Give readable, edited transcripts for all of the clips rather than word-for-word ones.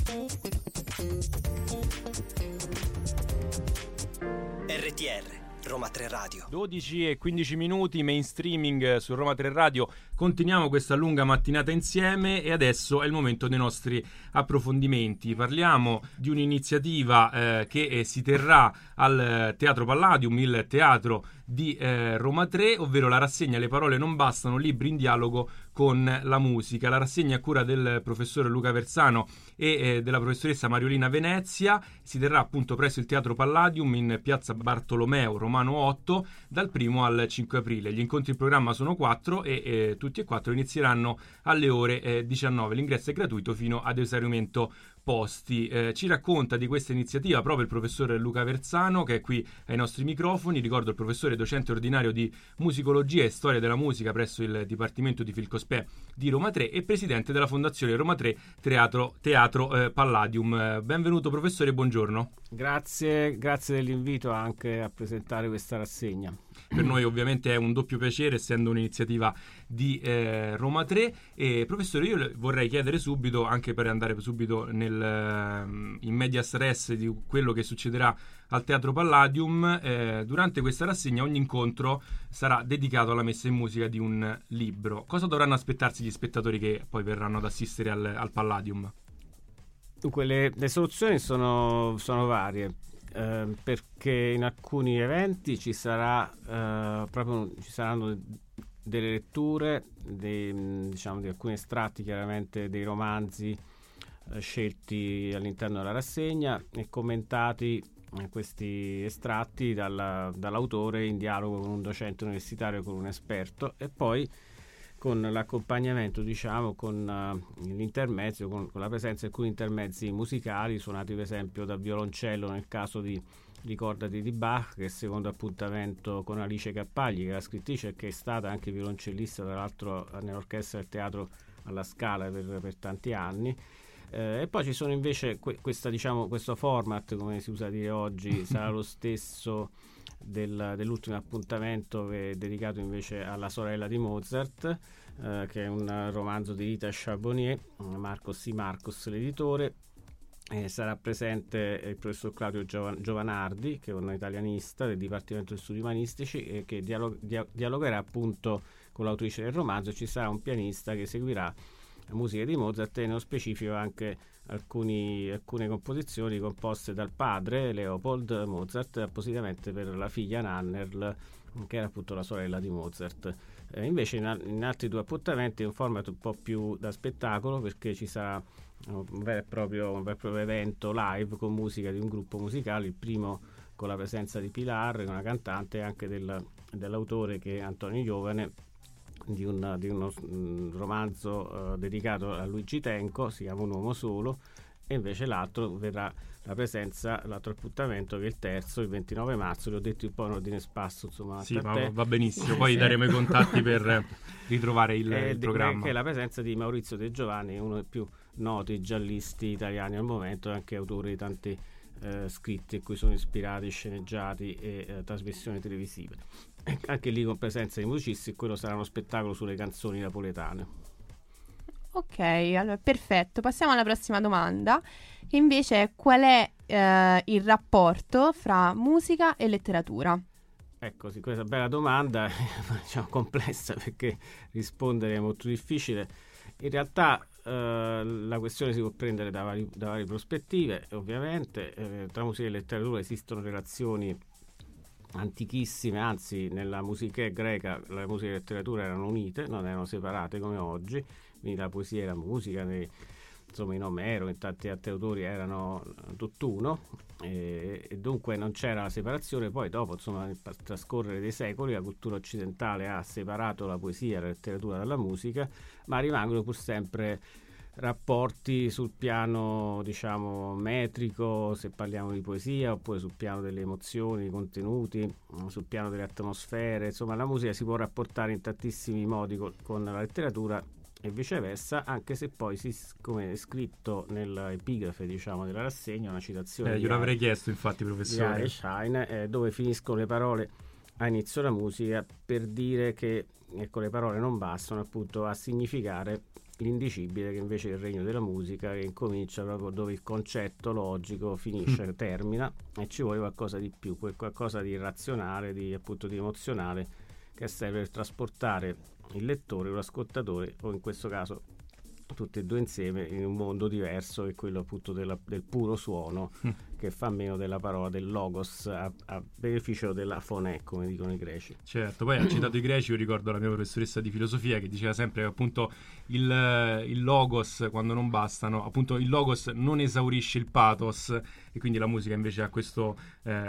RTR Roma 3 Radio. 12 e 15 minuti, mainstreaming su Roma 3 Radio. Continuiamo questa lunga mattinata insieme e adesso è il momento dei nostri approfondimenti. Parliamo di un'iniziativa che si terrà al Teatro Palladium, il teatro di Roma 3, ovvero la rassegna Le parole non bastano, libri in dialogo con la musica. La rassegna è a cura del professore Luca Versano e della professoressa Mariolina Venezia. Si terrà appunto presso il Teatro Palladium in piazza Bartolomeo Romano 8 dal 1 al 5 aprile. Gli incontri in programma sono 4 e tutti e 4 inizieranno alle ore 19. L'ingresso è gratuito fino ad esaurimento posti. Ci racconta di questa iniziativa proprio il professore Luca Versano, che è qui ai nostri microfoni. Ricordo il professore docente ordinario di musicologia e storia della musica presso il Dipartimento di Filcospè di Roma 3 e presidente della Fondazione Roma 3 Teatro Palladium. Benvenuto professore, buongiorno. Grazie dell'invito anche a presentare questa rassegna. Per noi ovviamente è un doppio piacere, essendo un'iniziativa di Roma 3. E professore, io vorrei chiedere subito, anche per andare subito in medias res di quello che succederà al Teatro Palladium. Durante questa rassegna ogni incontro sarà dedicato alla messa in musica di un libro. Cosa dovranno aspettarsi gli spettatori che poi verranno ad assistere al Palladium? Dunque le soluzioni sono varie. Perché in alcuni eventi ci saranno delle letture di alcuni estratti, chiaramente dei romanzi scelti all'interno della rassegna e commentati questi estratti dall'autore in dialogo con un docente universitario, con un esperto, e poi con l'accompagnamento, con l'intermezzo, con la presenza di alcuni intermezzi musicali suonati per esempio da violoncello nel caso di Ricordati di Bach, che è il secondo appuntamento con Alice Cappagli, che è la scrittrice e che è stata anche violoncellista tra l'altro nell'orchestra del teatro alla Scala per tanti anni. E poi ci sono invece questo format, come si usa dire oggi, sarà lo stesso dell'ultimo appuntamento, che è dedicato invece alla sorella di Mozart, che è un romanzo di Rita Charbonnier, Marcos y Marcos l'editore. Sarà presente il professor Claudio Giovanardi, che è un italianista del Dipartimento di Studi Umanistici, che dialogherà appunto con l'autrice del romanzo. Ci sarà un pianista che seguirà la musica di Mozart e nello specifico anche alcune composizioni composte dal padre Leopold Mozart appositamente per la figlia Nannerl, che era appunto la sorella di Mozart. Invece in altri due appuntamenti è un format un po' più da spettacolo, perché ci sarà un vero e proprio evento live con musica di un gruppo musicale, il primo con la presenza di Pilar, una cantante, e anche dell'autore, che è Antonio Iovane, di uno romanzo dedicato a Luigi Tenco, si chiama Un uomo solo. E invece l'altro appuntamento, che è il terzo, il 29 marzo, li ho detto un po' in ordine sparso, insomma. Sì, ma va benissimo, poi daremo i contatti per ritrovare il programma. Che è la presenza di Maurizio De Giovanni, uno dei più noti giallisti italiani al momento, anche autore di tanti scritti a cui sono ispirati sceneggiati e trasmissioni televisive. Anche lì con presenza di musicisti, e quello sarà uno spettacolo sulle canzoni napoletane. Ok, allora perfetto. Passiamo alla prossima domanda, che invece è: qual è il rapporto fra musica e letteratura? Ecco, sì, questa è una bella domanda, complessa, perché rispondere è molto difficile. In realtà la questione si può prendere da varie prospettive. Ovviamente tra musica e letteratura esistono relazioni antichissime, anzi nella musica greca la musica e la letteratura erano unite, non erano separate come oggi, quindi la poesia e la musica in Omero, in tanti altri autori, erano tutt'uno, e dunque non c'era la separazione. Poi dopo, nel trascorrere dei secoli, la cultura occidentale ha separato la poesia e la letteratura dalla musica, ma rimangono pur sempre rapporti sul piano metrico, se parliamo di poesia, oppure sul piano delle emozioni, dei contenuti, sul piano delle atmosfere. Insomma, la musica si può rapportare in tantissimi modi con la letteratura e viceversa, anche se poi, come è scritto nell'epigrafe della rassegna, una citazione glielo avrei chiesto infatti, professore, di Shine, dove finiscono le parole a inizio la musica per dire che, ecco, le parole non bastano appunto a significare l'indicibile, che invece è il regno della musica, che incomincia proprio dove il concetto logico finisce, termina, e ci vuole qualcosa di più, qualcosa di razionale, appunto di emozionale, che serve per trasportare il lettore o l'ascoltatore, o in questo caso tutti e due insieme, in un mondo diverso, che è quello appunto del puro suono, che fa meno della parola, del logos, a beneficio della fonè, come dicono i greci. Certo, poi ha citato i greci, io ricordo la mia professoressa di filosofia che diceva sempre che appunto il logos, quando non bastano, appunto il logos non esaurisce il pathos, e quindi la musica invece ha questo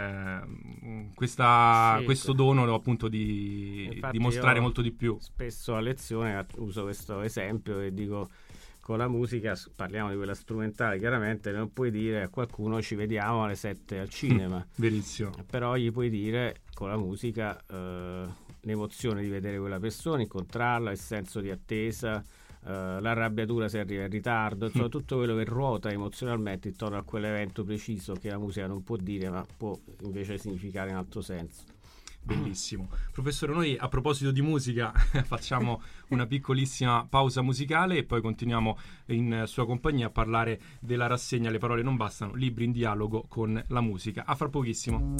dono appunto di mostrare molto di più. Spesso a lezione uso questo esempio e dico: con la musica, parliamo di quella strumentale, chiaramente non puoi dire a qualcuno ci vediamo alle 7 al cinema. Verissimo. Però gli puoi dire con la musica l'emozione di vedere quella persona, incontrarla, il senso di attesa, l'arrabbiatura se arriva in ritardo, insomma tutto quello che ruota emozionalmente intorno a quell'evento preciso, che la musica non può dire ma può invece significare in altro senso. Bellissimo. Professore, noi a proposito di musica facciamo una piccolissima pausa musicale e poi continuiamo in sua compagnia a parlare della rassegna Le parole non bastano, libri in dialogo con la musica. A fra pochissimo.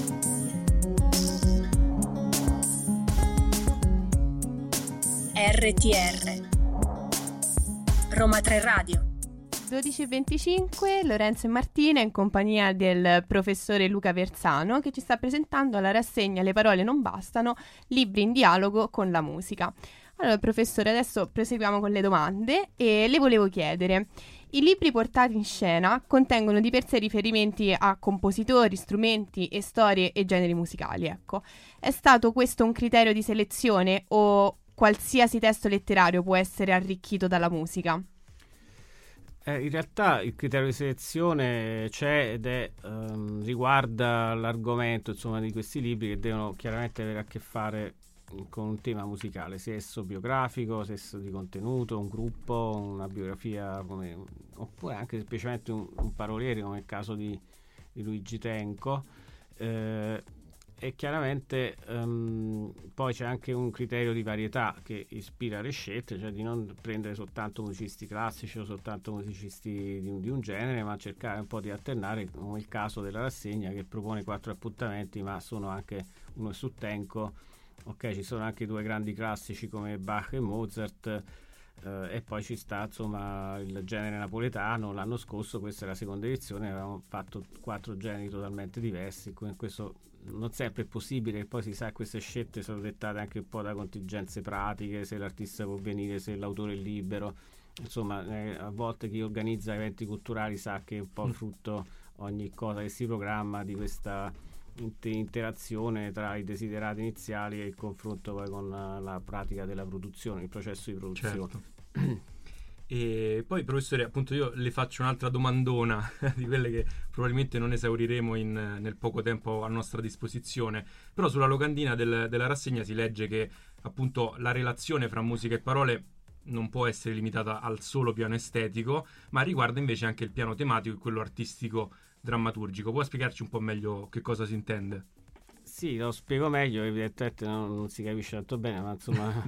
RTR Roma 3 Radio. 12:25, Lorenzo e Martina in compagnia del professore Luca Versano, che ci sta presentando la rassegna Le parole non bastano, libri in dialogo con la musica. Allora, professore, adesso proseguiamo con le domande e le volevo chiedere: i libri portati in scena contengono di per sé riferimenti a compositori, strumenti e storie e generi musicali, ecco. È stato questo un criterio di selezione o qualsiasi testo letterario può essere arricchito dalla musica? In realtà il criterio di selezione c'è ed riguarda l'argomento, insomma, di questi libri, che devono chiaramente avere a che fare con un tema musicale, sia esso biografico, sia esso di contenuto, un gruppo, una biografia, oppure anche semplicemente un paroliere, come il caso di Luigi Tenco. E chiaramente poi c'è anche un criterio di varietà che ispira le scelte, cioè di non prendere soltanto musicisti classici o soltanto musicisti di un genere, ma cercare un po' di alternare, come il caso della rassegna, che propone 4 appuntamenti, ma sono anche uno su Tenco. Ok, ci sono anche 2 grandi classici come Bach e Mozart, e poi ci sta insomma il genere napoletano. L'anno scorso, questa è la seconda edizione, avevamo fatto 4 generi totalmente diversi. Questo non sempre è possibile, e poi si sa che queste scelte sono dettate anche un po' da contingenze pratiche, se l'artista può venire, se l'autore è libero, insomma a volte chi organizza eventi culturali sa che è un po' frutto ogni cosa che si programma di questa interazione tra i desiderati iniziali e il confronto poi con la pratica della produzione, il processo di produzione. Certo. E poi, professore, appunto io le faccio un'altra domandona di quelle che probabilmente non esauriremo nel poco tempo a nostra disposizione, però sulla locandina della rassegna si legge che appunto la relazione fra musica e parole non può essere limitata al solo piano estetico, ma riguarda invece anche il piano tematico e quello artistico drammaturgico. Può spiegarci un po' meglio che cosa si intende? Sì, lo spiego meglio, evidentemente non si capisce tanto bene, ma insomma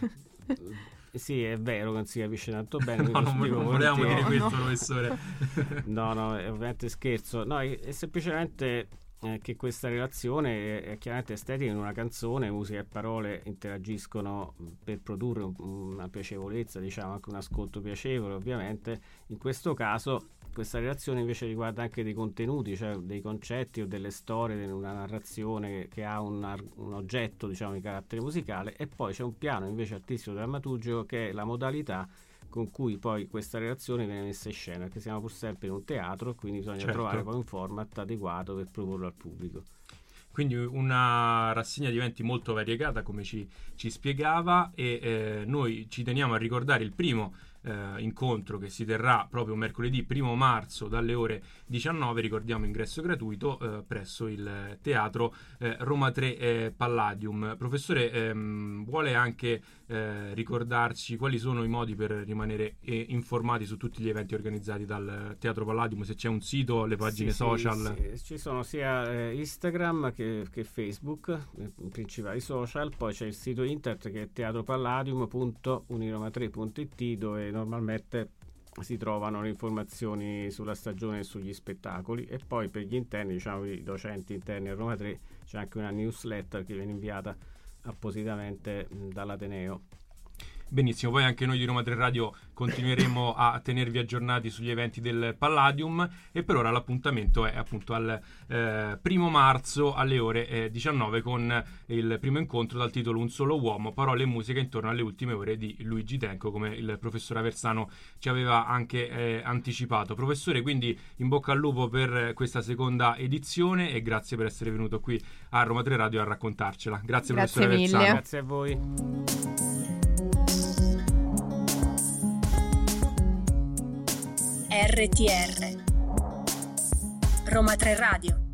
sì, è vero che non si capisce tanto bene. No, non volevamo dire questo, professore. No, è ovviamente scherzo. No, è semplicemente che questa relazione è chiaramente estetica. In una canzone musica e parole interagiscono per produrre una piacevolezza, diciamo anche un ascolto piacevole, ovviamente. In questo caso questa relazione invece riguarda anche dei contenuti, cioè dei concetti o delle storie, una narrazione che ha un oggetto, diciamo, di carattere musicale, e poi c'è un piano invece artistico drammaturgico, che è la modalità con cui poi questa relazione viene messa in scena, perché siamo pur sempre in un teatro, quindi bisogna trovare poi un format adeguato per proporlo al pubblico. Quindi una rassegna di eventi molto variegata, come ci spiegava, e noi ci teniamo a ricordare il primo incontro che si terrà proprio mercoledì 1 marzo dalle ore 19, ricordiamo ingresso gratuito, presso il teatro Roma 3 Palladium. Professore, vuole anche ricordarci quali sono i modi per rimanere informati su tutti gli eventi organizzati dal Teatro Palladium, se c'è un sito, le pagine social? Sì, ci sono sia Instagram che Facebook, i principali social, poi c'è il sito internet che è teatropalladium.uniroma3.it, dove normalmente si trovano le informazioni sulla stagione e sugli spettacoli, e poi per gli interni, diciamo i docenti interni a Roma 3, c'è anche una newsletter che viene inviata appositamente dall'Ateneo. Benissimo, poi anche noi di Roma 3 Radio continueremo a tenervi aggiornati sugli eventi del Palladium, e per ora l'appuntamento è appunto al 1 marzo alle ore 19 con il primo incontro dal titolo Un solo uomo, parole e musica intorno alle ultime ore di Luigi Tenco, come il professor Aversano ci aveva anche anticipato. Professore, quindi in bocca al lupo per questa seconda edizione e grazie per essere venuto qui a Roma 3 Radio a raccontarcela. Grazie professore mille. Aversano. Grazie a voi. RTR Roma 3 Radio.